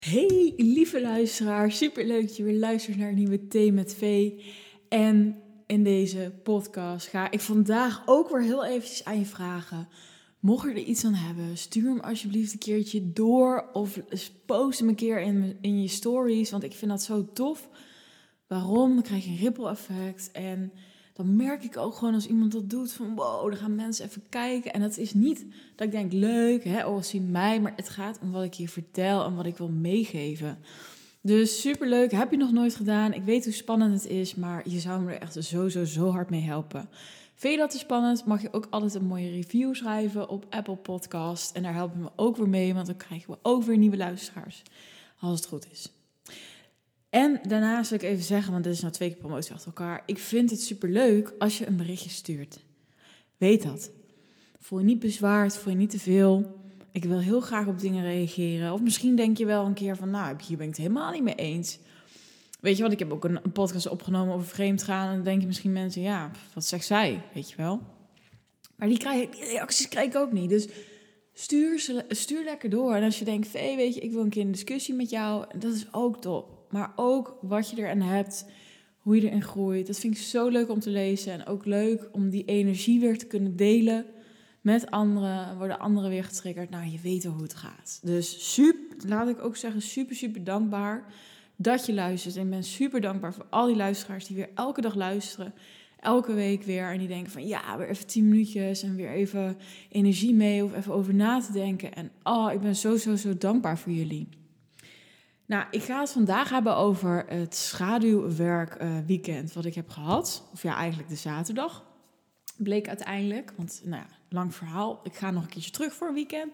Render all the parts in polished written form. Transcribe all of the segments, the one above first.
Hey lieve luisteraar, superleuk dat je weer luistert naar een nieuwe Thee met Vee. En in deze podcast ga ik vandaag ook weer heel eventjes aan je vragen. Mocht je er iets aan hebben, stuur hem alsjeblieft een keertje door of post hem een keer in je stories, want ik vind dat zo tof. Waarom? Dan krijg je een ripple effect en dan merk ik ook gewoon als iemand dat doet van wow, dan gaan mensen even kijken. En dat is niet dat ik denk leuk, ze zien mij, maar het gaat om wat ik je vertel en wat ik wil meegeven. Dus superleuk, heb je nog nooit gedaan. Ik weet hoe spannend het is, maar je zou me er echt zo hard mee helpen. Vind je dat te spannend? Mag je ook altijd een mooie review schrijven op Apple Podcast. En daar helpen we me ook weer mee, want dan krijgen we ook weer nieuwe luisteraars. Als het goed is. En daarnaast wil ik even zeggen, want dit is nou 2 keer promotie achter elkaar. Ik vind het superleuk als je een berichtje stuurt. Weet dat. Voel je niet bezwaard, voel je niet te veel. Ik wil heel graag op dingen reageren. Of misschien denk je wel een keer van, nou, hier ben ik het helemaal niet mee eens. Weet je wat, ik heb ook een podcast opgenomen over vreemdgaan. En dan denken misschien mensen, ja, wat zegt zij? Weet je wel. Maar die reacties krijg ik ook niet. Dus stuur lekker door. En als je denkt, weet je, ik wil een keer een discussie met jou. Dat is ook top. Maar ook wat je erin hebt, hoe je erin groeit. Dat vind ik zo leuk om te lezen. En ook leuk om die energie weer te kunnen delen met anderen. Worden anderen weer getriggerd. Nou, je weet hoe het gaat. Dus laat ik ook zeggen, super dankbaar dat je luistert. En ik ben super dankbaar voor al die luisteraars die weer elke dag luisteren. Elke week weer. En die denken van ja, weer even 10 minuutjes. En weer even energie mee of even over na te denken. En ik ben zo dankbaar voor jullie. Nou, ik ga het vandaag hebben over het schaduwwerkweekend wat ik heb gehad. Of ja, eigenlijk de zaterdag. Bleek uiteindelijk, want nou ja, lang verhaal. Ik ga nog een keertje terug voor een weekend.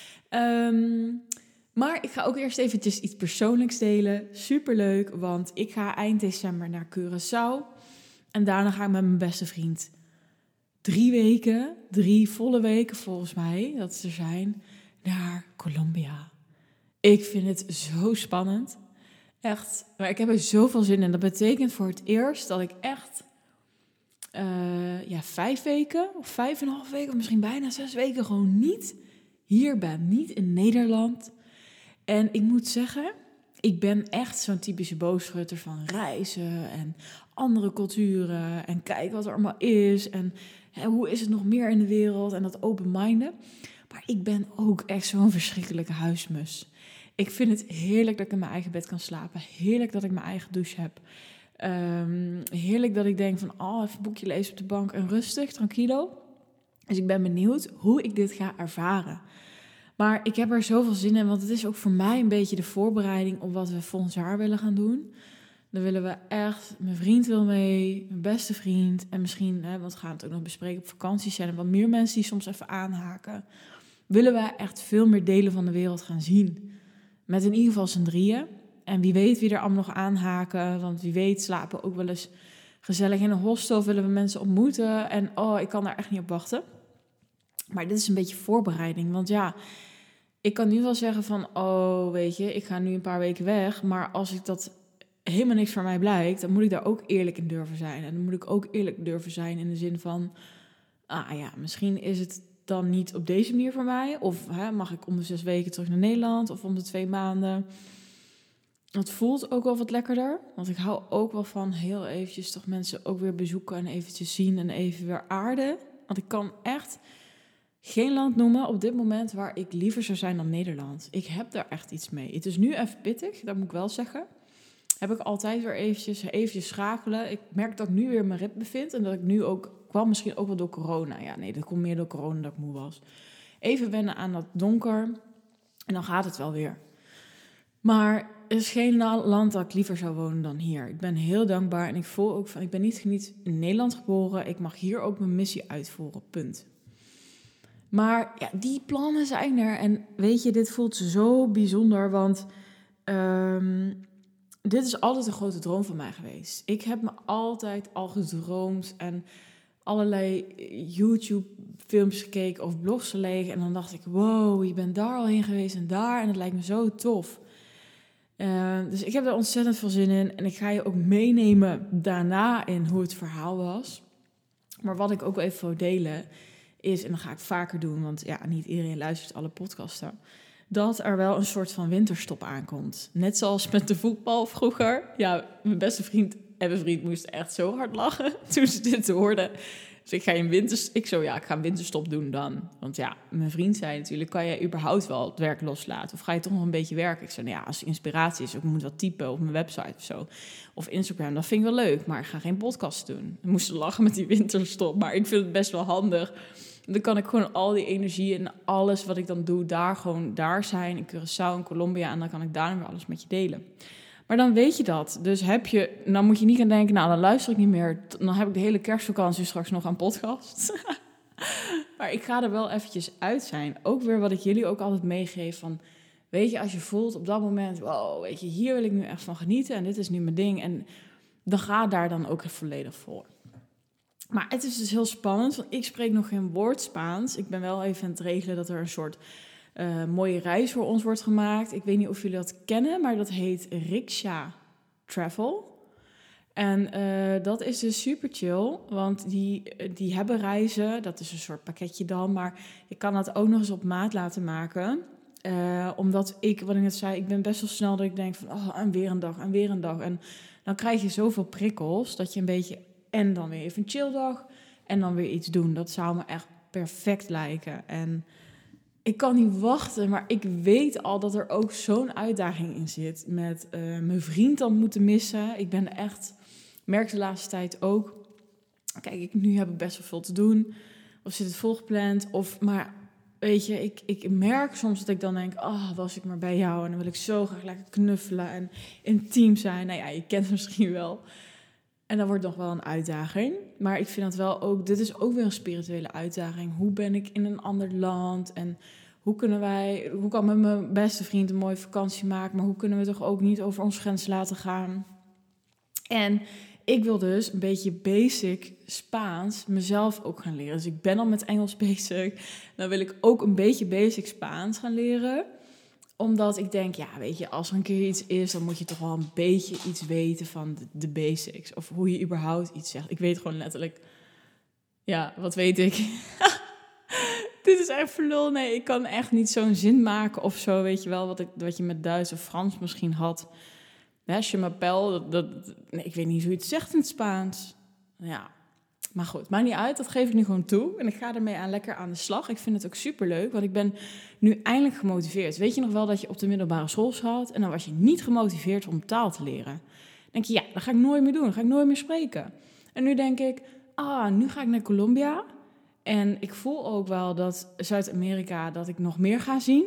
Maar ik ga ook eerst eventjes iets persoonlijks delen. Superleuk, want ik ga eind december naar Curaçao. En daarna ga ik met mijn beste vriend 3 volle weken volgens mij, dat ze er zijn, naar Colombia. Ik vind het zo spannend. Echt. Maar ik heb er zoveel zin in. Dat betekent voor het eerst dat ik echt 5 weken of 5,5 weken, of misschien bijna 6 weken gewoon niet hier ben. Niet in Nederland. En ik moet zeggen, ik ben echt zo'n typische boogschutter van reizen en andere culturen. En kijk wat er allemaal is. En hoe is het nog meer in de wereld. En dat open-minded. Maar ik ben ook echt zo'n verschrikkelijke huismus. Ik vind het heerlijk dat ik in mijn eigen bed kan slapen. Heerlijk dat ik mijn eigen douche heb. Heerlijk dat ik denk van, even een boekje lezen op de bank en rustig, tranquilo. Dus ik ben benieuwd hoe ik dit ga ervaren. Maar ik heb er zoveel zin in, want het is ook voor mij een beetje de voorbereiding op wat we volgend jaar willen gaan doen. Dan willen we echt, mijn vriend wil mee, mijn beste vriend. En misschien, want we gaan het ook nog bespreken op vakanties zijn. En wat meer mensen die soms even aanhaken. Willen we echt veel meer delen van de wereld gaan zien. Met in ieder geval z'n 3. En wie weet wie er allemaal nog aanhaken. Want wie weet slapen ook wel eens gezellig in een hostel. Willen we mensen ontmoeten. En ik kan daar echt niet op wachten. Maar dit is een beetje voorbereiding. Want ja, ik kan nu wel zeggen van, weet je, ik ga nu een paar weken weg. Maar als ik dat helemaal niks voor mij blijkt, dan moet ik daar ook eerlijk in durven zijn. En dan moet ik ook eerlijk durven zijn in de zin van, misschien is het dan niet op deze manier voor mij. Of mag ik om de 6 weken terug naar Nederland of om de 2 maanden. Het voelt ook wel wat lekkerder. Want ik hou ook wel van heel eventjes toch mensen ook weer bezoeken en eventjes zien en even weer aarden. Want ik kan echt geen land noemen op dit moment waar ik liever zou zijn dan Nederland. Ik heb daar echt iets mee. Het is nu even pittig, dat moet ik wel zeggen. Heb ik altijd weer eventjes schakelen. Ik merk dat ik nu weer mijn rit bevind. En dat ik nu ook, kwam misschien ook wel door corona. Ja, nee, dat komt meer door corona dat ik moe was. Even wennen aan dat donker. En dan gaat het wel weer. Maar er is geen land dat ik liever zou wonen dan hier. Ik ben heel dankbaar. En ik voel ook van, ik ben niet in Nederland geboren. Ik mag hier ook mijn missie uitvoeren, punt. Maar ja, die plannen zijn er. En weet je, dit voelt zo bijzonder. Want dit is altijd een grote droom van mij geweest. Ik heb me altijd al gedroomd en allerlei YouTube-films gekeken of blogs gelezen. En dan dacht ik, wow, je bent daar al heen geweest en daar. En het lijkt me zo tof. Dus ik heb er ontzettend veel zin in. En ik ga je ook meenemen daarna in hoe het verhaal was. Maar wat ik ook even wil delen is, en dat ga ik vaker doen, want ja, niet iedereen luistert alle podcasten. dat er wel een soort van winterstop aankomt. Net zoals met de voetbal vroeger. Ja, mijn beste vriend en mijn vriend moesten echt zo hard lachen toen ze dit hoorden. Dus ik ga een winterstop doen dan. Want ja, mijn vriend zei natuurlijk, kan jij überhaupt wel het werk loslaten? Of ga je toch nog een beetje werken? Ik zei, nou ja, als er inspiratie is, of ik moet wat typen op mijn website of zo. Of Instagram, dat vind ik wel leuk, maar ik ga geen podcast doen. We moesten lachen met die winterstop, maar ik vind het best wel handig. Dan kan ik gewoon al die energie en alles wat ik dan doe, daar zijn. In Curaçao, in Colombia, en dan kan ik daar weer alles met je delen. Maar dan weet je dat. Dus dan moet je niet gaan denken, nou, dan luister ik niet meer. Dan heb ik de hele kerstvakantie straks nog aan podcasts. Maar ik ga er wel eventjes uit zijn. Ook weer wat ik jullie ook altijd meegeef van, weet je, als je voelt op dat moment, wow, weet je, hier wil ik nu echt van genieten en dit is nu mijn ding. En dan ga daar dan ook volledig voor. Maar het is dus heel spannend, want ik spreek nog geen woord Spaans. Ik ben wel even aan het regelen dat er een soort mooie reis voor ons wordt gemaakt. Ik weet niet of jullie dat kennen, maar dat heet Riksha Travel. En dat is dus super chill, want die hebben reizen. Dat is een soort pakketje dan, maar je kan dat ook nog eens op maat laten maken. Omdat wat ik net zei, ik ben best wel snel dat ik denk van, en weer een dag, en weer een dag. En dan krijg je zoveel prikkels dat je een beetje, en dan weer even een chill dag, en dan weer iets doen. Dat zou me echt perfect lijken. En ik kan niet wachten, maar ik weet al dat er ook zo'n uitdaging in zit. Met mijn vriend dan moeten missen. Ik ben echt, merk de laatste tijd ook. Kijk, nu heb ik best wel veel te doen. Of zit het volgepland. Maar weet je, ik merk soms dat ik dan denk, was ik maar bij jou. En dan wil ik zo graag lekker knuffelen en intiem zijn. Nou ja, je kent het misschien wel. En dat wordt nog wel een uitdaging. Maar ik vind dat wel ook, dit is ook weer een spirituele uitdaging. Hoe ben ik in een ander land? En hoe kan ik met mijn beste vriend een mooie vakantie maken? Maar hoe kunnen we toch ook niet over onze grens laten gaan? En ik wil dus een beetje basic Spaans mezelf ook gaan leren. Dus ik ben al met Engels bezig. Dan wil ik ook een beetje basic Spaans gaan leren. Omdat ik denk, ja, weet je, als er een keer iets is, dan moet je toch wel een beetje iets weten van de basics. Of hoe je überhaupt iets zegt. Ik weet gewoon letterlijk, ja, wat weet ik? Dit is echt verlul. Nee, ik kan echt niet zo'n zin maken of zo, weet je wel. Wat je met Duits of Frans misschien had. Je m'appelle, nee, ik weet niet hoe je het zegt in het Spaans. Ja, maar goed, maakt niet uit. Dat geef ik nu gewoon toe. En ik ga ermee lekker aan de slag. Ik vind het ook superleuk, want ik ben nu eindelijk gemotiveerd. Weet je nog wel dat je op de middelbare school zat en dan was je niet gemotiveerd om taal te leren? Dan denk je, ja, dat ga ik nooit meer doen. Dat ga ik nooit meer spreken. En nu denk ik, nu ga ik naar Colombia. En ik voel ook wel dat Zuid-Amerika, dat ik nog meer ga zien.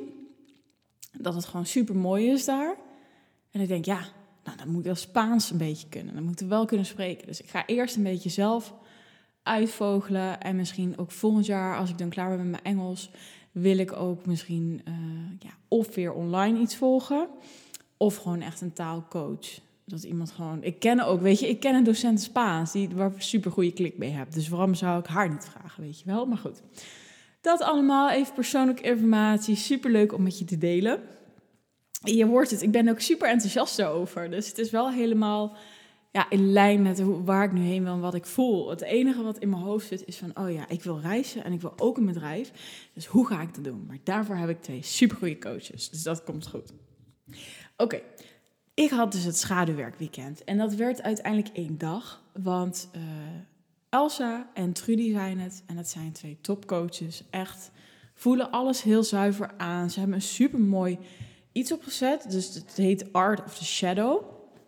Dat het gewoon super mooi is daar. En ik denk, ja, nou, dan moet ik wel Spaans een beetje kunnen. Dan moet ik wel kunnen spreken. Dus ik ga eerst een beetje zelf uitvogelen. En misschien ook volgend jaar, als ik dan klaar ben met mijn Engels, wil ik ook misschien of weer online iets volgen. Of gewoon echt een taalcoach. Dat iemand gewoon, ik ken een docent Spaans waar ik super goede klik mee heb. Dus waarom zou ik haar niet vragen, weet je wel? Maar goed, dat allemaal even persoonlijke informatie. Superleuk om met je te delen. Je hoort het, ik ben ook super enthousiast daarover. Dus het is wel helemaal in lijn met waar ik nu heen wil en wat ik voel. Het enige wat in mijn hoofd zit is van, ik wil reizen en ik wil ook een bedrijf. Dus hoe ga ik dat doen? Maar daarvoor heb ik 2 supergoeie coaches. Dus dat komt goed. Oké. Ik had dus het schaduwwerkweekend. En dat werd uiteindelijk 1 dag. Want Elsa en Trudy zijn het. En dat zijn 2 topcoaches. Echt voelen alles heel zuiver aan. Ze hebben een supermooi iets opgezet. Dus het heet Art of the Shadow.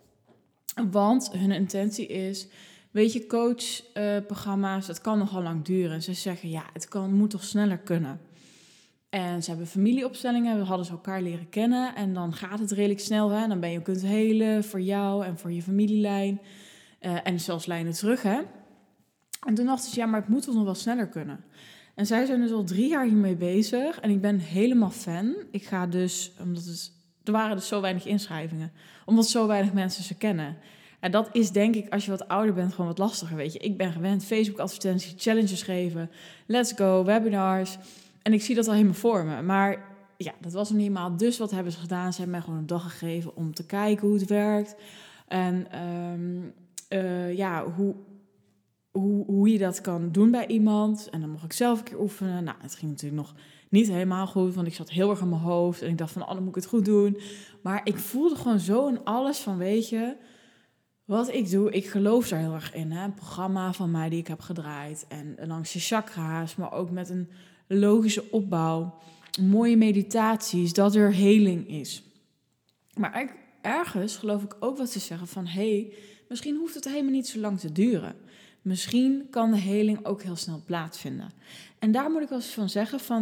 Want hun intentie is, weet je, coachprogramma's, dat kan nogal lang duren. En ze zeggen, moet toch sneller kunnen. En ze hebben familieopstellingen, we hadden ze elkaar leren kennen. En dan gaat het redelijk snel, hè. Dan ben je kunt helen voor jou en voor je familielijn. En zelfs lijnen terug, hè. En toen dachten ze, maar het moet toch nog wel sneller kunnen. En zij zijn dus al 3 jaar hiermee bezig. En ik ben helemaal fan. Ik ga dus, er waren dus zo weinig inschrijvingen. Omdat zo weinig mensen ze kennen. En dat is denk ik, als je wat ouder bent, gewoon wat lastiger, weet je. Ik ben gewend, Facebook-advertenties, challenges geven. Let's go, webinars. En ik zie dat al helemaal voor me. Maar ja, dat was nog niet helemaal. Dus wat hebben ze gedaan? Ze hebben mij gewoon een dag gegeven om te kijken hoe het werkt. En hoe je dat kan doen bij iemand. En dan mocht ik zelf een keer oefenen. Nou, het ging natuurlijk nog Niet helemaal goed, want ik zat heel erg in mijn hoofd. En ik dacht van, dan moet ik het goed doen. Maar ik voelde gewoon zo in alles van, weet je, wat ik doe, ik geloof daar heel erg in. Hè? Een programma van mij die ik heb gedraaid. En langs de chakra's, maar ook met een logische opbouw. Mooie meditaties, dat er heling is. Maar ergens geloof ik ook wat ze zeggen van, misschien hoeft het helemaal niet zo lang te duren. Misschien kan de heling ook heel snel plaatsvinden. En daar moet ik wel eens van zeggen van,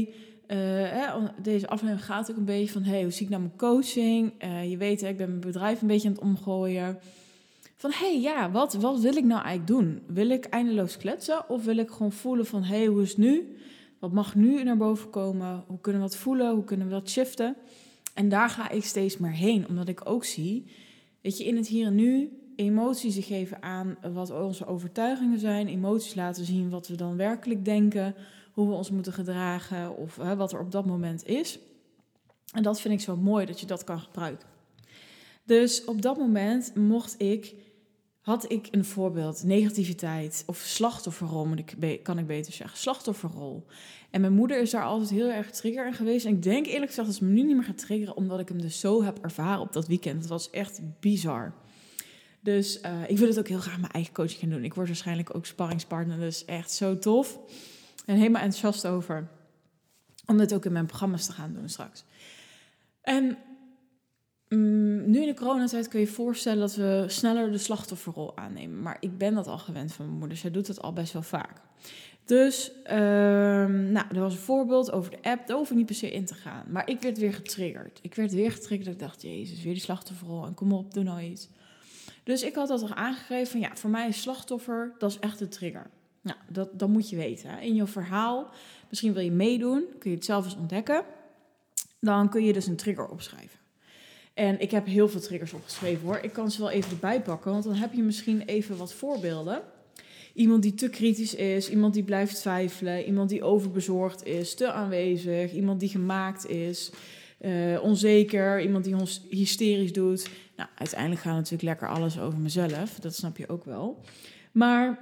deze aflevering gaat ook een beetje van, hoe zie ik nou mijn coaching? Je weet, ik ben mijn bedrijf een beetje aan het omgooien. Van, wat wil ik nou eigenlijk doen? Wil ik eindeloos kletsen? Of wil ik gewoon voelen van, hoe is het nu? Wat mag nu naar boven komen? Hoe kunnen we dat voelen? Hoe kunnen we dat shiften? En daar ga ik steeds meer heen, omdat ik ook zie, weet je, in het hier en nu emoties geven aan wat onze overtuigingen zijn, emoties laten zien wat we dan werkelijk denken, hoe we ons moeten gedragen of wat er op dat moment is. En dat vind ik zo mooi, dat je dat kan gebruiken. Dus op dat moment had ik een voorbeeld, negativiteit of slachtofferrol, kan ik beter zeggen, slachtofferrol. En mijn moeder is daar altijd heel erg trigger in geweest. En ik denk eerlijk gezegd dat ze me nu niet meer gaat triggeren, omdat ik hem dus zo heb ervaren op dat weekend. Het was echt bizar. Dus ik wil het ook heel graag mijn eigen coaching gaan doen. Ik word waarschijnlijk ook sparringspartner, dus echt zo tof. En helemaal enthousiast over om dit ook in mijn programma's te gaan doen straks. En nu in de coronatijd kun je je voorstellen dat we sneller de slachtofferrol aannemen. Maar ik ben dat al gewend van mijn moeder. Zij doet dat al best wel vaak. Dus, er was een voorbeeld over de app. Daar hoef ik niet per se in te gaan. Maar ik werd weer getriggerd. Dat ik dacht, Jezus, weer die slachtofferrol. En kom op, doe nou iets. Dus ik had dat al aangegeven van, voor mij is slachtoffer, dat is echt de trigger. Nou, dat moet je weten. Hè. In je verhaal, misschien wil je meedoen, kun je het zelf eens ontdekken. Dan kun je dus een trigger opschrijven. En ik heb heel veel triggers opgeschreven hoor. Ik kan ze wel even erbij pakken, want dan heb je misschien even wat voorbeelden. Iemand die te kritisch is, iemand die blijft twijfelen, iemand die overbezorgd is, te aanwezig, iemand die gemaakt is, onzeker, iemand die ons hysterisch doet. Nou, uiteindelijk gaat natuurlijk lekker alles over mezelf, dat snap je ook wel. Maar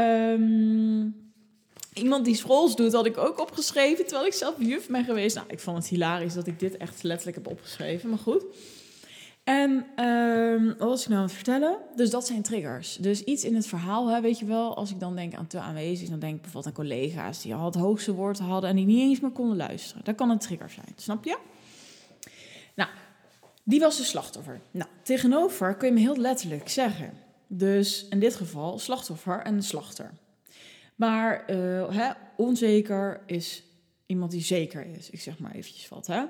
iemand die scrolls doet, had ik ook opgeschreven, terwijl ik zelf juf ben geweest. Nou, ik vond het hilarisch dat ik dit echt letterlijk heb opgeschreven, maar goed. En wat was ik nou aan het vertellen? Dus dat zijn triggers. Dus iets in het verhaal, weet je wel, als ik dan denk aan te aanwezig, dan denk ik bijvoorbeeld aan collega's die al het hoogste woord hadden en die niet eens meer konden luisteren. Dat kan een trigger zijn, snap je? Nou, die was de slachtoffer. Nou, tegenover kun je me heel letterlijk zeggen. Dus in dit geval slachtoffer en slachter. Maar onzeker is iemand die zeker is. Ik zeg maar eventjes wat, hè.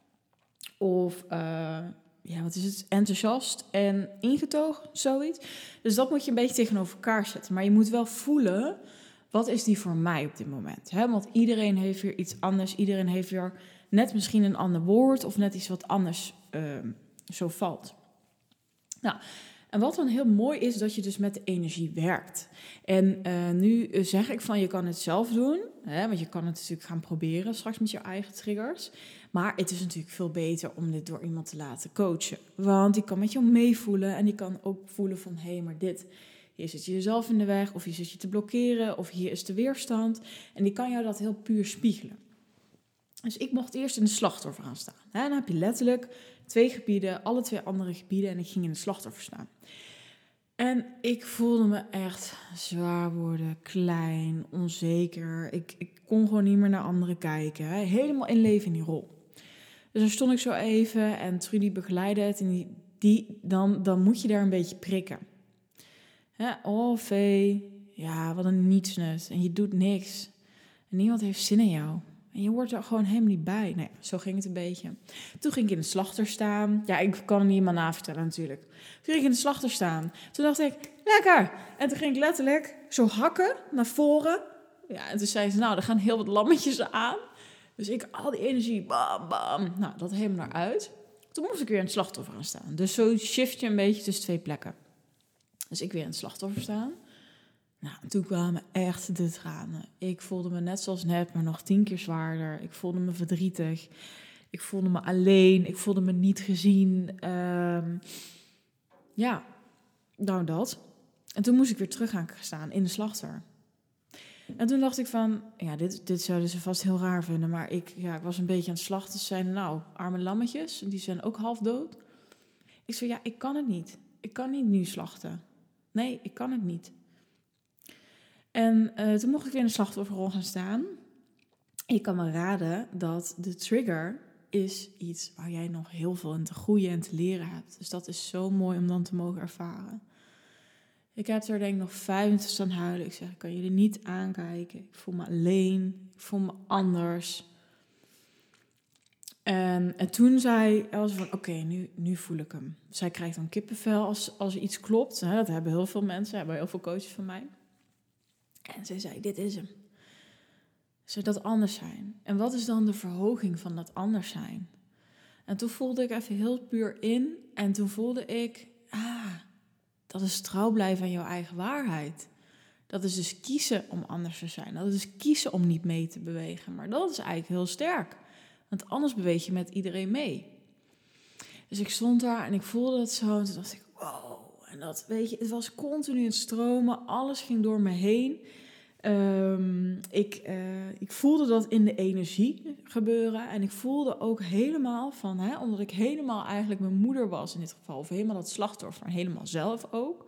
Of, wat is het? Enthousiast en ingetogen, zoiets. Dus dat moet je een beetje tegenover elkaar zetten. Maar je moet wel voelen, wat is die voor mij op dit moment? Hè? Want iedereen heeft weer iets anders. Iedereen heeft weer net misschien een ander woord of net iets wat anders zo valt. Nou, en wat dan heel mooi is, dat je dus met de energie werkt. En nu zeg ik van, je kan het zelf doen. Hè, want je kan het natuurlijk gaan proberen straks met je eigen triggers. Maar het is natuurlijk veel beter om dit door iemand te laten coachen. Want die kan met je meevoelen en die kan ook voelen van, maar hier zit je jezelf in de weg, of hier zit je te blokkeren, of hier is de weerstand. En die kan jou dat heel puur spiegelen. Dus ik mocht eerst in de slachtoffer gaan staan. Dan heb je letterlijk 2 gebieden, alle 2 andere gebieden, en ik ging in de slachtoffer staan. En ik voelde me echt zwaar worden, klein, onzeker. Ik kon gewoon niet meer naar anderen kijken. Helemaal inleven in die rol. Dus dan stond ik zo even en Trudy begeleidde het. En dan moet je daar een beetje prikken. Oh, Vee, ja, wat een nietsnut. En je doet niks. En niemand heeft zin in jou. En je hoort er gewoon helemaal niet bij. Nee, zo ging het een beetje. Toen ging ik in de slachter staan. Ja, ik kan het niet helemaal navertellen natuurlijk. Toen ging ik in de slachter staan. Toen dacht ik, lekker. En toen ging ik letterlijk zo hakken naar voren. Ja, en toen zei ze, nou, er gaan heel wat lammetjes aan. Dus ik al die energie, bam, bam. Nou, dat helemaal naar uit. Toen moest ik weer in het slachtoffer gaan staan. Dus zo shift je een beetje tussen 2 plekken. Dus ik weer in het slachtoffer staan. Nou, toen kwamen echt de tranen. Ik voelde me net zoals net, maar nog 10 keer zwaarder. Ik voelde me verdrietig. Ik voelde me alleen. Ik voelde me niet gezien. Nou dat. En toen moest ik weer terug gaan staan in de slachter. En toen dacht ik van, ja, dit zouden ze vast heel raar vinden. Maar ik was een beetje aan het slachten. Ze zeiden, nou, arme lammetjes, die zijn ook half dood. Ik zei, ja, ik kan het niet. Ik kan niet nu slachten. Nee, ik kan het niet. En toen mocht ik weer in de slachtofferrol gaan staan. Ik kan me raden dat de trigger is iets waar jij nog heel veel in te groeien en te leren hebt. Dus dat is zo mooi om dan te mogen ervaren. Ik heb er denk ik nog 5 minuten staan huilen. Ik zeg, ik kan jullie niet aankijken. Ik voel me alleen. Ik voel me anders. En toen zei Else van, oké, nu voel ik hem. Zij krijgt dan kippenvel als er iets klopt. Dat hebben heel veel mensen, hebben heel veel coaches van mij. En zij zei, dit is hem. Zou dat anders zijn? En wat is dan de verhoging van dat anders zijn? En toen voelde ik even heel puur in. En toen voelde ik, dat is trouw blijven aan jouw eigen waarheid. Dat is dus kiezen om anders te zijn. Dat is dus kiezen om niet mee te bewegen. Maar dat is eigenlijk heel sterk. Want anders beweeg je met iedereen mee. Dus ik stond daar en ik voelde dat zo. En toen dacht ik, wow. En dat, weet je, het was continu het stromen. Alles ging door me heen. Ik voelde dat in de energie gebeuren. En ik voelde ook helemaal van, omdat ik helemaal eigenlijk mijn moeder was in dit geval. Of helemaal dat slachtoffer, helemaal zelf ook.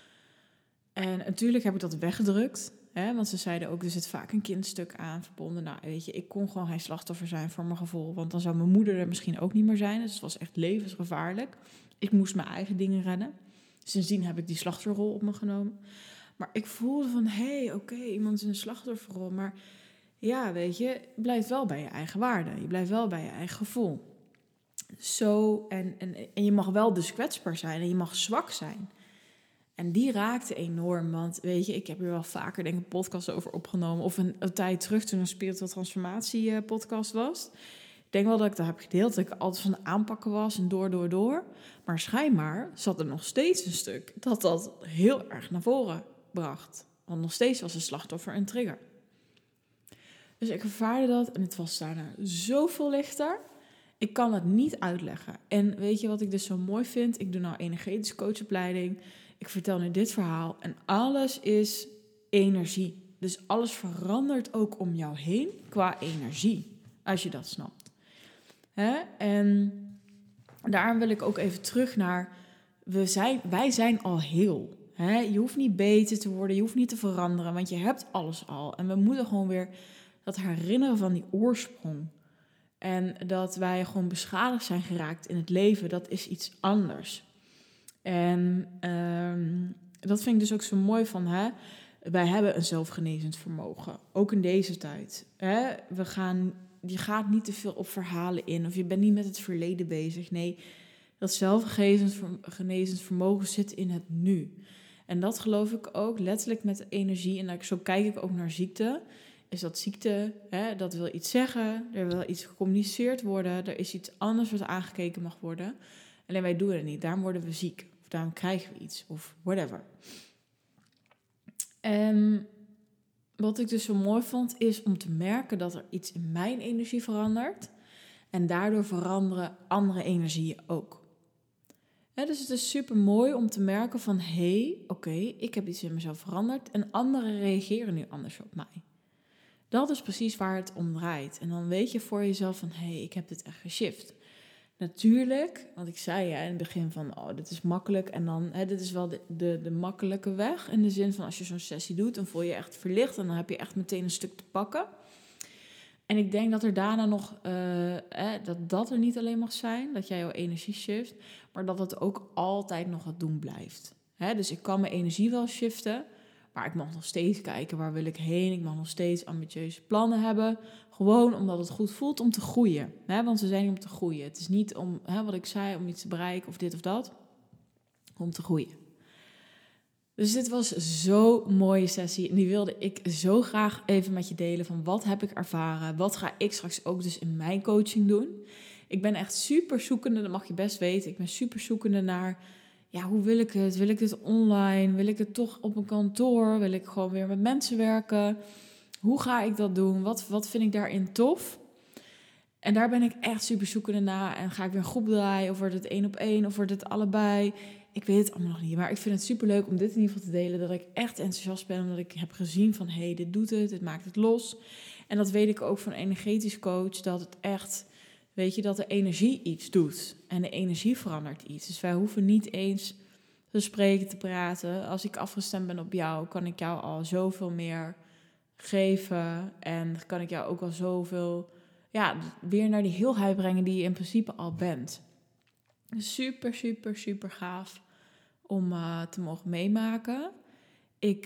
En natuurlijk heb ik dat weggedrukt. Want ze zeiden ook, er zit vaak een kindstuk aan verbonden. Nou, weet je, ik kon gewoon geen slachtoffer zijn voor mijn gevoel. Want dan zou mijn moeder er misschien ook niet meer zijn. Dus het was echt levensgevaarlijk. Ik moest mijn eigen dingen redden. Sindsdien heb ik die slachtofferrol op me genomen. Maar ik voelde van, oké, iemand is een slachtofferrol. Maar ja, weet je blijft wel bij je eigen waarde. Je blijft wel bij je eigen gevoel. Zo, en je mag wel dus kwetsbaar zijn en je mag zwak zijn. En die raakte enorm, want weet je, ik heb hier wel vaker denk ik een podcast over opgenomen. Of een tijd terug toen een spirituele transformatie podcast was. Ik denk wel dat ik dat heb gedeeld, dat ik altijd van het aanpakken was en door. Maar schijnbaar zat er nog steeds een stuk dat heel erg naar voren bracht. Want nog steeds was een slachtoffer een trigger. Dus ik ervaarde dat en het was daarna zoveel lichter. Ik kan het niet uitleggen. En weet je wat ik dus zo mooi vind? Ik doe nou energetische coachopleiding. Ik vertel nu dit verhaal en alles is energie. Dus alles verandert ook om jou heen qua energie, als je dat snapt. En daarom wil ik ook even terug naar, wij zijn al heel. Je hoeft niet beter te worden, je hoeft niet te veranderen, want je hebt alles al. En we moeten gewoon weer dat herinneren van die oorsprong. En dat wij gewoon beschadigd zijn geraakt in het leven, dat is iets anders. En dat vind ik dus ook zo mooi van, wij hebben een zelfgenezend vermogen, ook in deze tijd. Je gaat niet te veel op verhalen in of je bent niet met het verleden bezig. Nee, dat zelfgenezend vermogen zit in het nu. En dat geloof ik ook letterlijk met energie. En zo kijk ik ook naar ziekte. Is dat ziekte, dat wil iets zeggen, er wil iets gecommuniceerd worden, er is iets anders wat aangekeken mag worden. Alleen wij doen het niet, daarom worden we ziek. Of daarom krijgen we iets, of whatever. En wat ik dus zo mooi vond, is om te merken dat er iets in mijn energie verandert. En daardoor veranderen andere energieën ook. Dus het is super mooi om te merken van, oké, ik heb iets in mezelf veranderd. En anderen reageren nu anders op mij. Dat is precies waar het om draait. En dan weet je voor jezelf van, ik heb dit echt geshift. Natuurlijk, want ik zei in het begin van, dit is makkelijk. En dan, dit is wel de makkelijke weg. In de zin van, als je zo'n sessie doet, dan voel je je echt verlicht. En dan heb je echt meteen een stuk te pakken. En ik denk dat er daarna nog, dat er niet alleen mag zijn, dat jij jouw energie shift. Maar dat het ook altijd nog het doen blijft. Dus ik kan mijn energie wel shiften. Maar ik mag nog steeds kijken, waar wil ik heen? Ik mag nog steeds ambitieuze plannen hebben. Gewoon omdat het goed voelt om te groeien. Want we zijn hier om te groeien. Het is niet om, wat ik zei, om iets te bereiken of dit of dat. Om te groeien. Dus dit was zo'n mooie sessie. En die wilde ik zo graag even met je delen. Van wat heb ik ervaren? Wat ga ik straks ook dus in mijn coaching doen? Ik ben echt super zoekende, dat mag je best weten. Ik ben super zoekende naar, hoe wil ik het? Wil ik dit online? Wil ik het toch op een kantoor? Wil ik gewoon weer met mensen werken? Hoe ga ik dat doen? Wat vind ik daarin tof? En daar ben ik echt super zoekende naar. En ga ik weer een groep draaien? Of wordt het 1-op-1? Of wordt het allebei? ik weet het allemaal nog niet. Maar ik vind het superleuk om dit in ieder geval te delen. Dat ik echt enthousiast ben. Omdat ik heb gezien van, dit doet het. Het maakt het los. En dat weet ik ook van een energetisch coach. Dat het echt, weet je, dat de energie iets doet. En de energie verandert iets. Dus wij hoeven niet eens te spreken, te praten. Als ik afgestemd ben op jou, kan ik jou al zoveel meer geven. En kan ik jou ook al zoveel, weer naar die heelheid brengen die je in principe al bent. Super, super, super gaaf om te mogen meemaken. Ik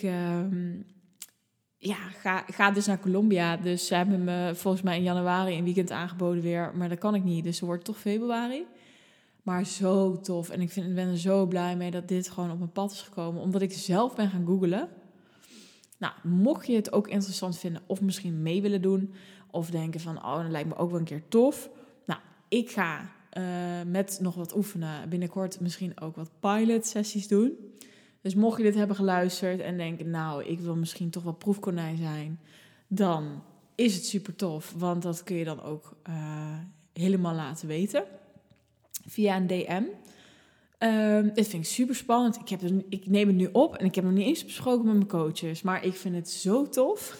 ga dus naar Colombia. Dus ze hebben me volgens mij in januari een weekend aangeboden weer. Maar dat kan ik niet, dus het wordt toch februari. Maar zo tof. En ik ben er zo blij mee dat dit gewoon op mijn pad is gekomen. Omdat ik zelf ben gaan googlen. Nou, mocht je het ook interessant vinden of misschien mee willen doen. Of denken van, dat lijkt me ook wel een keer tof. Nou, ik ga met nog wat oefenen binnenkort misschien ook wat pilot sessies doen. Dus mocht je dit hebben geluisterd en denken, ik wil misschien toch wel proefkonijn zijn. Dan is het super tof. Want dat kun je dan ook helemaal laten weten. Via een DM. Dit vind ik super spannend. Ik neem het nu op en ik heb nog niet eens besproken met mijn coaches. Maar ik vind het zo tof.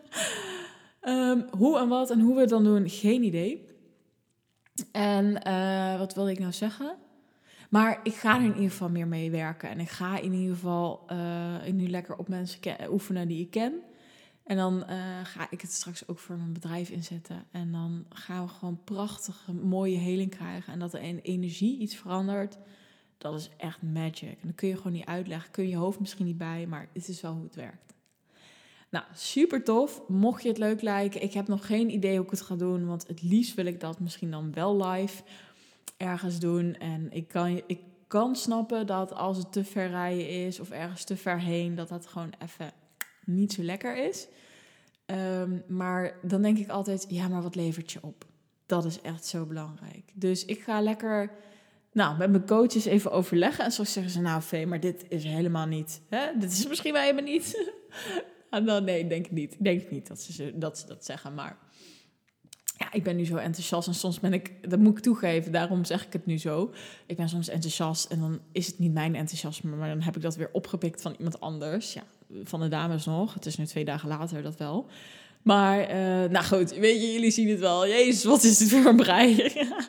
Hoe en wat en hoe we het dan doen, geen idee. En wat wilde ik nou zeggen? Maar ik ga er in ieder geval meer mee werken. En ik ga in ieder geval nu lekker op mensen oefenen die ik ken. En dan ga ik het straks ook voor mijn bedrijf inzetten. En dan gaan we gewoon prachtige, mooie heling krijgen. En dat er in energie iets verandert, dat is echt magic. En dat kun je gewoon niet uitleggen. Kun je je hoofd misschien niet bij, maar het is wel hoe het werkt. Nou, super tof. Mocht je het leuk lijken, ik heb nog geen idee hoe ik het ga doen. Want het liefst wil ik dat misschien dan wel live ergens doen. En ik kan snappen dat als het te ver rijden is of ergens te ver heen, dat gewoon even niet zo lekker is. Maar dan denk ik altijd, maar wat levert je op? Dat is echt zo belangrijk. Dus ik ga lekker met mijn coaches even overleggen. En zo zeggen ze, Vee, maar dit is helemaal niet. Hè? Dit is misschien wel helemaal niet. Nee, denk ik niet. Ik denk niet dat ze dat zeggen. Maar ik ben nu zo enthousiast. En soms dat moet ik toegeven, daarom zeg ik het nu zo. Ik ben soms enthousiast en dan is het niet mijn enthousiasme. Maar dan heb ik dat weer opgepikt van iemand anders. Ja, van de dames nog. Het is nu 2 dagen later, dat wel. Maar, goed, weet je, jullie zien het wel. Jezus, wat is dit voor een brei?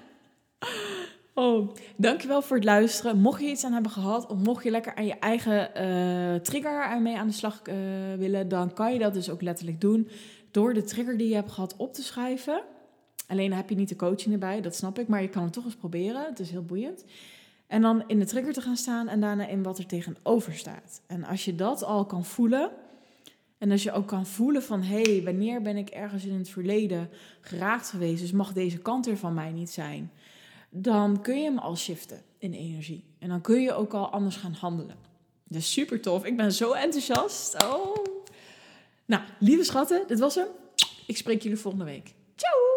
Dankjewel voor het luisteren. Mocht je iets aan hebben gehad, of mocht je lekker aan je eigen trigger ermee aan de slag willen, dan kan je dat dus ook letterlijk doen door de trigger die je hebt gehad op te schrijven. Alleen dan heb je niet de coaching erbij, dat snap ik, maar je kan het toch eens proberen. Het is heel boeiend. En dan in de trigger te gaan staan en daarna in wat er tegenover staat. En als je dat al kan voelen, en als je ook kan voelen van, wanneer ben ik ergens in het verleden geraakt geweest, dus mag deze kant er van mij niet zijn, dan kun je hem al shiften in energie. En dan kun je ook al anders gaan handelen. Dus super tof. Ik ben zo enthousiast. Lieve schatten, dit was hem. Ik spreek jullie volgende week. Ciao!